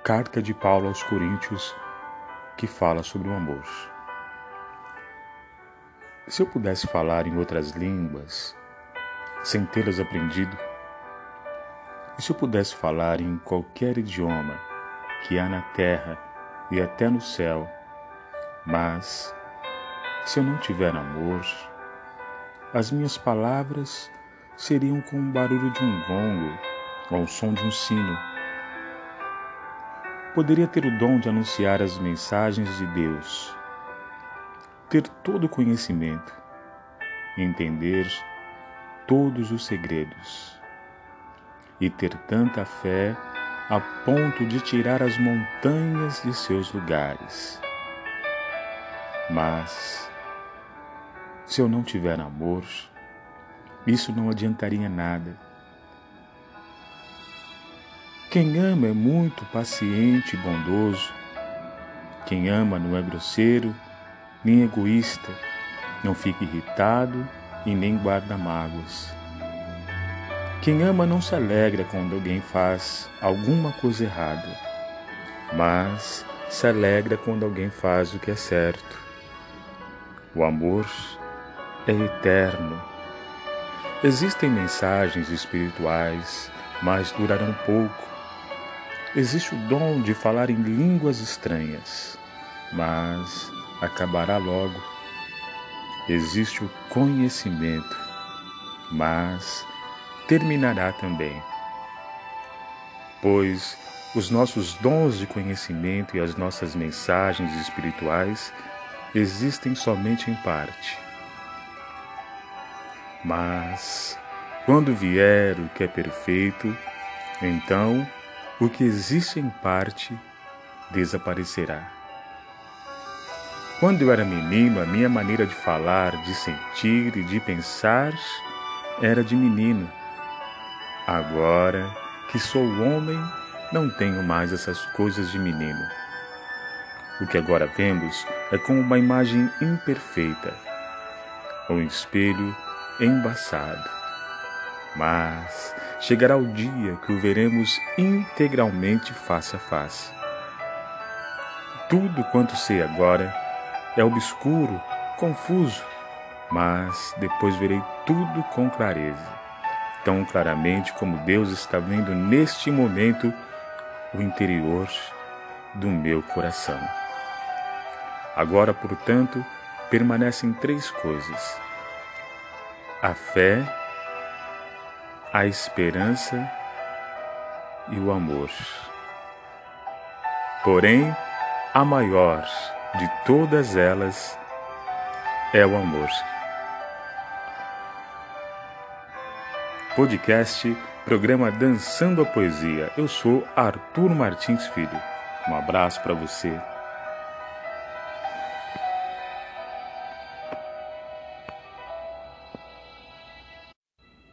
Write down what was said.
Carta de Paulo aos Coríntios, que fala sobre o amor. Se eu pudesse falar em outras línguas, sem tê-las aprendido, e se eu pudesse falar em qualquer idioma que há na terra e até no céu, mas se eu não tiver amor, as minhas palavras seriam como o barulho de um gongo ou o som de um sino. Poderia ter o dom de anunciar as mensagens de Deus, ter todo o conhecimento, entender todos os segredos e ter tanta fé a ponto de tirar as montanhas de seus lugares. Mas, se eu não tiver amor, isso não adiantaria nada. Quem ama é muito paciente e bondoso. Quem ama não é grosseiro, nem egoísta, não fica irritado e nem guarda mágoas. Quem ama não se alegra quando alguém faz alguma coisa errada, mas se alegra quando alguém faz o que é certo. O amor é eterno. Existem mensagens espirituais, mas durarão pouco. Existe o dom de falar em línguas estranhas, mas acabará logo. Existe o conhecimento, mas terminará também. Pois os nossos dons de conhecimento e as nossas mensagens espirituais existem somente em parte. Mas, quando vier o que é perfeito, então o que existe em parte desaparecerá. Quando eu era menino, a minha maneira de falar, de sentir e de pensar era de menino. Agora que sou homem, não tenho mais essas coisas de menino. O que agora vemos é como uma imagem imperfeita, um espelho embaçado. Mas chegará o dia que o veremos integralmente face a face. Tudo quanto sei agora é obscuro, confuso, mas depois verei tudo com clareza, tão claramente como Deus está vendo neste momento o interior do meu coração. Agora, portanto, permanecem 3 coisas: a fé, a esperança e o amor. Porém, a maior de todas elas é o amor. Podcast, programa Dançando a Poesia. Eu sou Arthur Martins Filho. Um abraço para você.